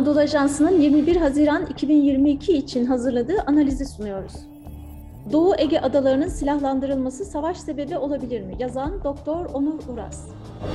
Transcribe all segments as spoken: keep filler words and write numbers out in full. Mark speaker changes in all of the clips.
Speaker 1: Anadolu Ajansı'nın yirmi bir Haziran iki bin yirmi iki için hazırladığı analizi sunuyoruz. Doğu Ege adalarının silahlandırılması savaş sebebi olabilir mi? Yazan Doktor Onur Uras.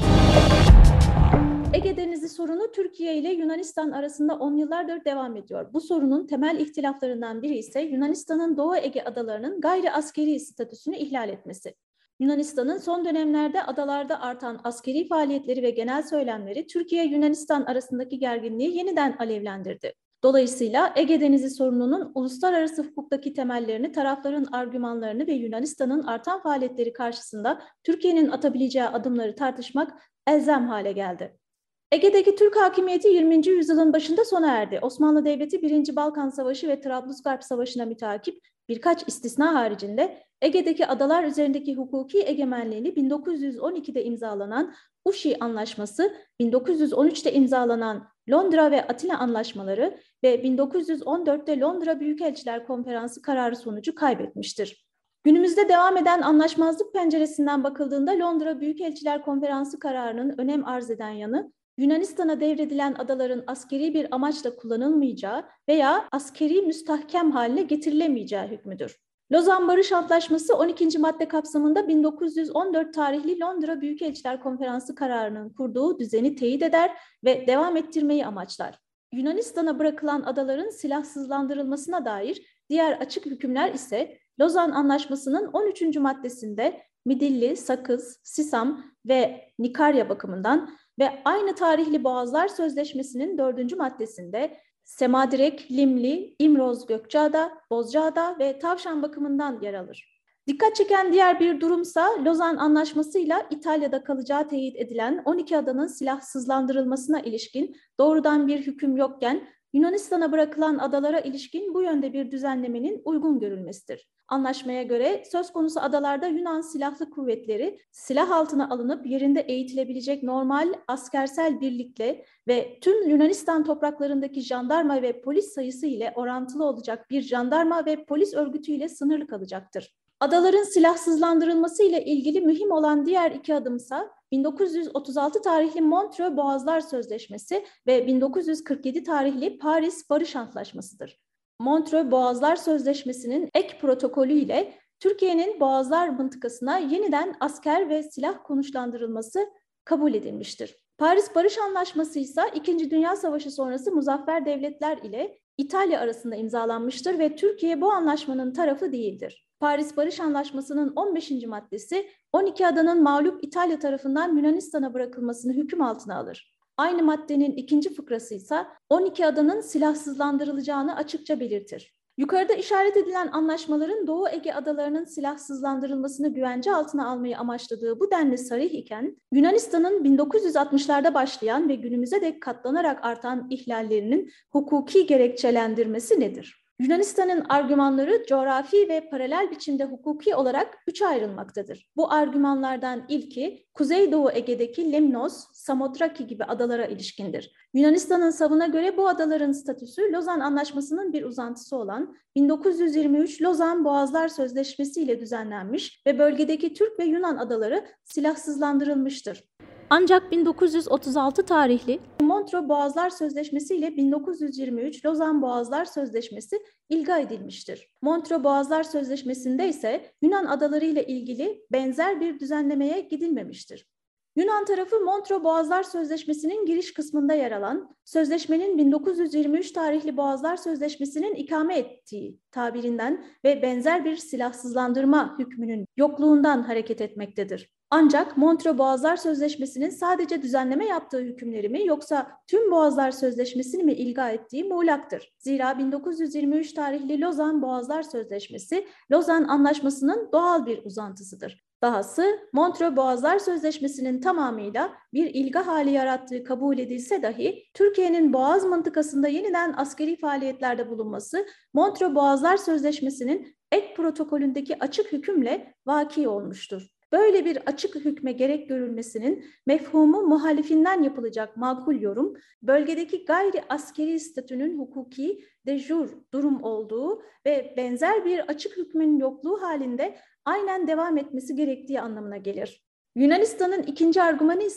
Speaker 1: Ege Denizi sorunu Türkiye ile Yunanistan arasında on yıllardır devam ediyor. Bu sorunun temel ihtilaflarından biri ise Yunanistan'ın Doğu Ege adalarının gayri askeri statüsünü ihlal etmesi. Yunanistan'ın son dönemlerde adalarda artan askeri faaliyetleri ve genel söylemleri Türkiye-Yunanistan arasındaki gerginliği yeniden alevlendirdi. Dolayısıyla Ege Denizi sorununun uluslararası hukuktaki temellerini, tarafların argümanlarını ve Yunanistan'ın artan faaliyetleri karşısında Türkiye'nin atabileceği adımları tartışmak elzem hale geldi. Ege'deki Türk hakimiyeti yirminci yüzyılın başında sona erdi. Osmanlı Devleti birinci Balkan Savaşı ve Trablusgarp Savaşı'na müteakip birkaç istisna haricinde Ege'deki adalar üzerindeki hukuki egemenliğini bin dokuz yüz on ikide imzalanan Uşi Anlaşması, bin dokuz yüz on üçte imzalanan Londra ve Atina Anlaşmaları ve bin dokuz yüz on dörtte Londra Büyükelçiler Konferansı kararı sonucu kaybetmiştir. Günümüzde devam eden anlaşmazlık penceresinden bakıldığında Londra Büyükelçiler Konferansı kararının önem arz eden yanı, Yunanistan'a devredilen adaların askeri bir amaçla kullanılmayacağı veya askeri müstahkem haline getirilemeyeceği hükmüdür. Lozan Barış Antlaşması on ikinci madde kapsamında bin dokuz yüz on dört tarihli Londra Büyükelçiler Konferansı kararının kurduğu düzeni teyit eder ve devam ettirmeyi amaçlar. Yunanistan'a bırakılan adaların silahsızlandırılmasına dair diğer açık hükümler ise Lozan Anlaşması'nın on üçüncü maddesinde Midilli, Sakız, Sisam ve Nikarya bakımından ve aynı tarihli Boğazlar Sözleşmesi'nin dördüncü maddesinde Semadirek, Limli, İmroz, Gökçeada, Bozcaada ve Tavşan bakımından yer alır. Dikkat çeken diğer bir durumsa Lozan Anlaşması'yla İtalya'da kalacağı teyit edilen on iki adanın silahsızlandırılmasına ilişkin doğrudan bir hüküm yokken Yunanistan'a bırakılan adalara ilişkin bu yönde bir düzenlemenin uygun görülmesidir. Anlaşmaya göre söz konusu adalarda Yunan silahlı kuvvetleri silah altına alınıp yerinde eğitilebilecek normal askersel birlikle ve tüm Yunanistan topraklarındaki jandarma ve polis sayısı ile orantılı olacak bir jandarma ve polis örgütüyle sınırlı kalacaktır. Adaların silahsızlandırılması ile ilgili mühim olan diğer iki adımsa bin dokuz yüz otuz altı tarihli Montreux Boğazlar Sözleşmesi ve bin dokuz yüz kırk yedi tarihli Paris Barış Antlaşması'dır. Montreux Boğazlar Sözleşmesi'nin ek protokolü ile Türkiye'nin Boğazlar mıntıkasına yeniden asker ve silah konuşlandırılması kabul edilmiştir. Paris Barış Antlaşması ise İkinci Dünya Savaşı sonrası muzaffer devletler ile İtalya arasında imzalanmıştır ve Türkiye bu anlaşmanın tarafı değildir. Paris Barış Antlaşması'nın on beşinci maddesi on iki adanın mağlup İtalya tarafından Yunanistan'a bırakılmasını hüküm altına alır. Aynı maddenin ikinci fıkrası ise on iki adanın silahsızlandırılacağını açıkça belirtir. Yukarıda işaret edilen anlaşmaların Doğu Ege adalarının silahsızlandırılmasını güvence altına almayı amaçladığı bu denli sarih iken, Yunanistan'ın bin dokuz yüz altmışlarda başlayan ve günümüze dek katlanarak artan ihlallerinin hukuki gerekçelendirmesi nedir? Yunanistan'ın argümanları coğrafi ve paralel biçimde hukuki olarak üçe ayrılmaktadır. Bu argümanlardan ilki Kuzeydoğu Ege'deki Lemnos, Samotraki gibi adalara ilişkindir. Yunanistan'ın savına göre bu adaların statüsü Lozan Anlaşması'nın bir uzantısı olan bin dokuz yüz yirmi üç Lozan Boğazlar Sözleşmesi ile düzenlenmiş ve bölgedeki Türk ve Yunan adaları silahsızlandırılmıştır. Ancak bin dokuz yüz otuz altı tarihli Montreux Boğazlar Sözleşmesi ile bin dokuz yüz yirmi üç Lozan Boğazlar Sözleşmesi ilga edilmiştir. Montreux Boğazlar Sözleşmesi'nde ise Yunan adaları ile ilgili benzer bir düzenlemeye gidilmemiştir. Yunan tarafı Montreux Boğazlar Sözleşmesi'nin giriş kısmında yer alan, sözleşmenin bin dokuz yüz yirmi üç tarihli Boğazlar Sözleşmesi'nin ikame ettiği tabirinden ve benzer bir silahsızlandırma hükmünün yokluğundan hareket etmektedir. Ancak Montreux Boğazlar Sözleşmesi'nin sadece düzenleme yaptığı hükümleri mi yoksa tüm Boğazlar Sözleşmesi'ni mi ilga ettiği muğlaktır. Zira bin dokuz yüz yirmi üç tarihli Lozan Boğazlar Sözleşmesi, Lozan Anlaşması'nın doğal bir uzantısıdır. Dahası Montreux Boğazlar Sözleşmesi'nin tamamıyla bir ilga hali yarattığı kabul edilse dahi Türkiye'nin Boğaz mıntıkasında yeniden askeri faaliyetlerde bulunması Montreux Boğazlar Sözleşmesi'nin ek protokolündeki açık hükümle vaki olmuştur. Böyle bir açık hükme gerek görülmesinin mefhumu muhalifinden yapılacak makul yorum, bölgedeki gayri askeri statünün hukuki de jure durum olduğu ve benzer bir açık hükmün yokluğu halinde aynen devam etmesi gerektiği anlamına gelir. Yunanistan'ın ikinci argümanı ise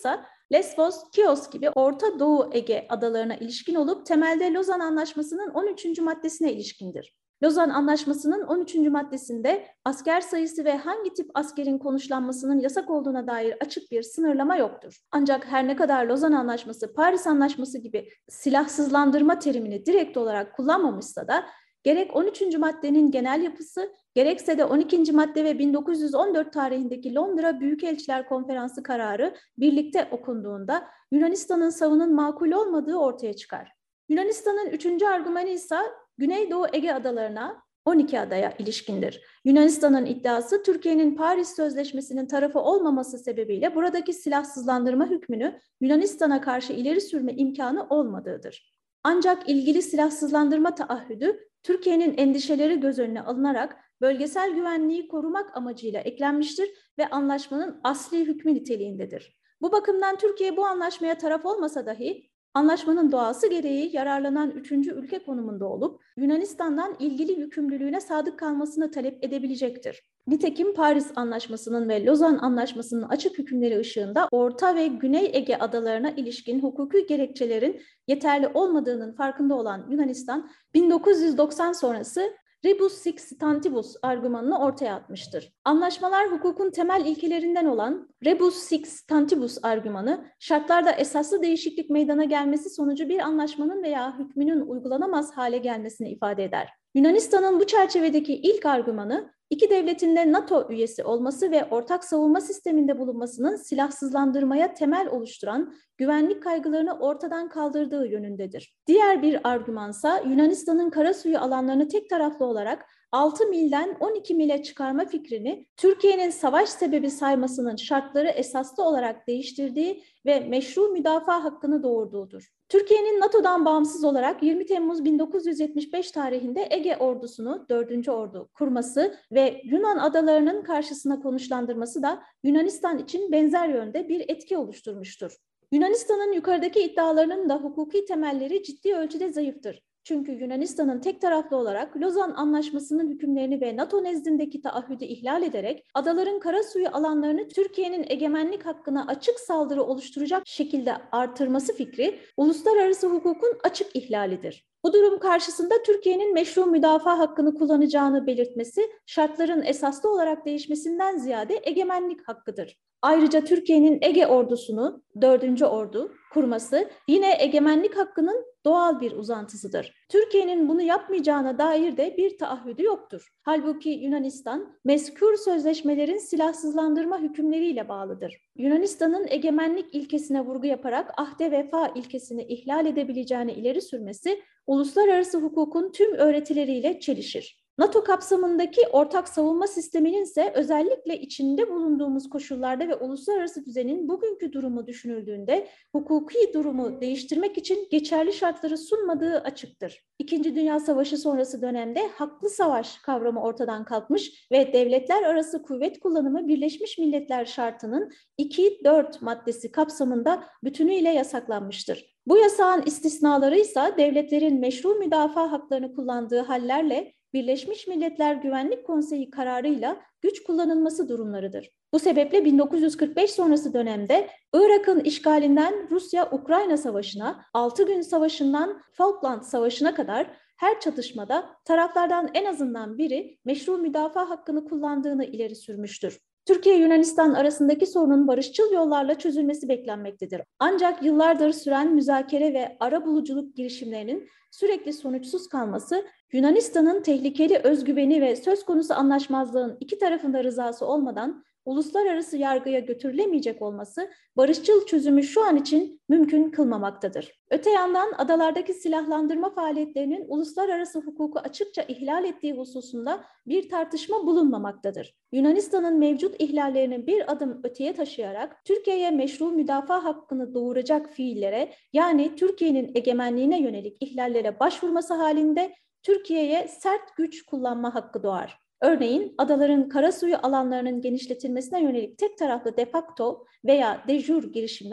Speaker 1: Lesvos, Kios gibi Orta Doğu Ege adalarına ilişkin olup temelde Lozan Anlaşması'nın on üçüncü maddesine ilişkindir. Lozan Anlaşması'nın on üçüncü maddesinde asker sayısı ve hangi tip askerin konuşlanmasının yasak olduğuna dair açık bir sınırlama yoktur. Ancak her ne kadar Lozan Anlaşması, Paris Anlaşması gibi silahsızlandırma terimini direkt olarak kullanmamışsa da gerek on üçüncü maddenin genel yapısı, gerekse de on ikinci madde ve bin dokuz yüz on dört tarihindeki Londra Büyükelçiler Konferansı kararı birlikte okunduğunda Yunanistan'ın savunun makul olmadığı ortaya çıkar. Yunanistan'ın üçüncü argümanı ise Güneydoğu Ege adalarına on iki adaya ilişkindir. Yunanistan'ın iddiası Türkiye'nin Paris Sözleşmesi'nin tarafı olmaması sebebiyle buradaki silahsızlandırma hükmünü Yunanistan'a karşı ileri sürme imkanı olmadığıdır. Ancak ilgili silahsızlandırma taahhüdü Türkiye'nin endişeleri göz önüne alınarak bölgesel güvenliği korumak amacıyla eklenmiştir ve anlaşmanın asli hükmü niteliğindedir. Bu bakımdan Türkiye bu anlaşmaya taraf olmasa dahi anlaşmanın doğası gereği yararlanan üçüncü ülke konumunda olup Yunanistan'dan ilgili yükümlülüğüne sadık kalmasını talep edebilecektir. Nitekim Paris Anlaşması'nın ve Lozan Anlaşması'nın açık hükümleri ışığında Orta ve Güney Ege adalarına ilişkin hukuki gerekçelerin yeterli olmadığının farkında olan Yunanistan, bin dokuz yüz doksan sonrası Rebus sic stantibus argümanını ortaya atmıştır. Anlaşmalar hukukun temel ilkelerinden olan Rebus sic stantibus argümanı, şartlarda esaslı değişiklik meydana gelmesi sonucu bir anlaşmanın veya hükmünün uygulanamaz hale gelmesini ifade eder. Yunanistan'ın bu çerçevedeki ilk argümanı, iki devletin de NATO üyesi olması ve ortak savunma sisteminde bulunmasının silahsızlandırmaya temel oluşturan güvenlik kaygılarını ortadan kaldırdığı yönündedir. Diğer bir argümansa Yunanistan'ın karasuyu alanlarını tek taraflı olarak altı milden on iki mile çıkarma fikrini Türkiye'nin savaş sebebi saymasının şartları esaslı olarak değiştirdiği ve meşru müdafaa hakkını doğurduğudur. Türkiye'nin NATO'dan bağımsız olarak yirmi Temmuz bin dokuz yüz yetmiş beş tarihinde Ege ordusunu dördüncü Ordu kurması ve Yunan adalarının karşısına konuşlandırması da Yunanistan için benzer yönde bir etki oluşturmuştur. Yunanistan'ın yukarıdaki iddialarının da hukuki temelleri ciddi ölçüde zayıftır. Çünkü Yunanistan'ın tek taraflı olarak Lozan Anlaşması'nın hükümlerini ve NATO nezdindeki taahhüdü ihlal ederek adaların karasuyu alanlarını Türkiye'nin egemenlik hakkına açık saldırı oluşturacak şekilde artırması fikri uluslararası hukukun açık ihlalidir. Bu durum karşısında Türkiye'nin meşru müdafaa hakkını kullanacağını belirtmesi şartların esaslı olarak değişmesinden ziyade egemenlik hakkıdır. Ayrıca Türkiye'nin Ege ordusunu, dördüncü Ordu kurması yine egemenlik hakkının doğal bir uzantısıdır. Türkiye'nin bunu yapmayacağına dair de bir taahhüdü yoktur. Halbuki Yunanistan, mezkür sözleşmelerin silahsızlandırma hükümleriyle bağlıdır. Yunanistan'ın egemenlik ilkesine vurgu yaparak ahde vefa ilkesini ihlal edebileceğini ileri sürmesi, uluslararası hukukun tüm öğretileriyle çelişir. NATO kapsamındaki ortak savunma sisteminin ise özellikle içinde bulunduğumuz koşullarda ve uluslararası düzenin bugünkü durumu düşünüldüğünde hukuki durumu değiştirmek için geçerli şartları sunmadığı açıktır. İkinci Dünya Savaşı sonrası dönemde haklı savaş kavramı ortadan kalkmış ve devletler arası kuvvet kullanımı Birleşmiş Milletler Şartı'nın iki dört maddesi kapsamında bütünüyle yasaklanmıştır. Bu yasağın istisnaları ise devletlerin meşru müdafaa haklarını kullandığı hallerle Birleşmiş Milletler Güvenlik Konseyi kararıyla güç kullanılması durumlarıdır. Bu sebeple bin dokuz yüz kırk beş sonrası dönemde Irak'ın işgalinden Rusya-Ukrayna Savaşı'na, altı gün savaşından Falkland Savaşı'na kadar her çatışmada taraflardan en azından biri meşru müdafaa hakkını kullandığını ileri sürmüştür. Türkiye-Yunanistan arasındaki sorunun barışçıl yollarla çözülmesi beklenmektedir. Ancak yıllardır süren müzakere ve arabuluculuk girişimlerinin sürekli sonuçsuz kalması, Yunanistan'ın tehlikeli özgüveni ve söz konusu anlaşmazlığın iki tarafında rızası olmadan uluslararası yargıya götürülemeyecek olması barışçıl çözümü şu an için mümkün kılmamaktadır. Öte yandan adalardaki silahlandırma faaliyetlerinin uluslararası hukuku açıkça ihlal ettiği hususunda bir tartışma bulunmamaktadır. Yunanistan'ın mevcut ihlallerini bir adım öteye taşıyarak Türkiye'ye meşru müdafaa hakkını doğuracak fiillere, yani Türkiye'nin egemenliğine yönelik ihlallere başvurması halinde Türkiye'ye sert güç kullanma hakkı doğar. Örneğin adaların karasuyu alanlarının genişletilmesine yönelik tek taraflı de facto veya de jure girişimler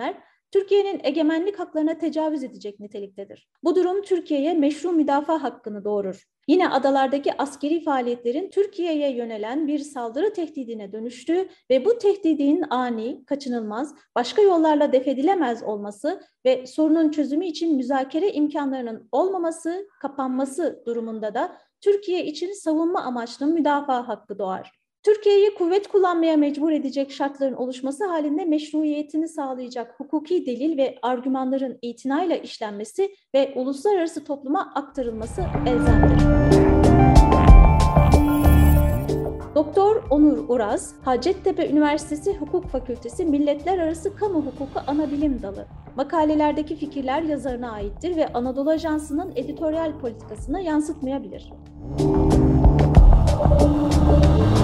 Speaker 1: Türkiye'nin egemenlik haklarına tecavüz edecek niteliktedir. Bu durum Türkiye'ye meşru müdafaa hakkını doğurur. Yine adalardaki askeri faaliyetlerin Türkiye'ye yönelen bir saldırı tehdidine dönüştüğü ve bu tehdidin ani, kaçınılmaz, başka yollarla defedilemez olması ve sorunun çözümü için müzakere imkanlarının olmaması, kapanması durumunda da Türkiye için savunma amaçlı müdafaa hakkı doğar. Türkiye'yi kuvvet kullanmaya mecbur edecek şartların oluşması halinde meşruiyetini sağlayacak hukuki delil ve argümanların itinayla işlenmesi ve uluslararası topluma aktarılması elzemdir. Doktor Onur Uraz, Hacettepe Üniversitesi Hukuk Fakültesi Milletler Arası Kamu Hukuku Anabilim Dalı. Makalelerdeki fikirler yazarına aittir ve Anadolu Ajansı'nın editoryal politikasına yansıtmayabilir.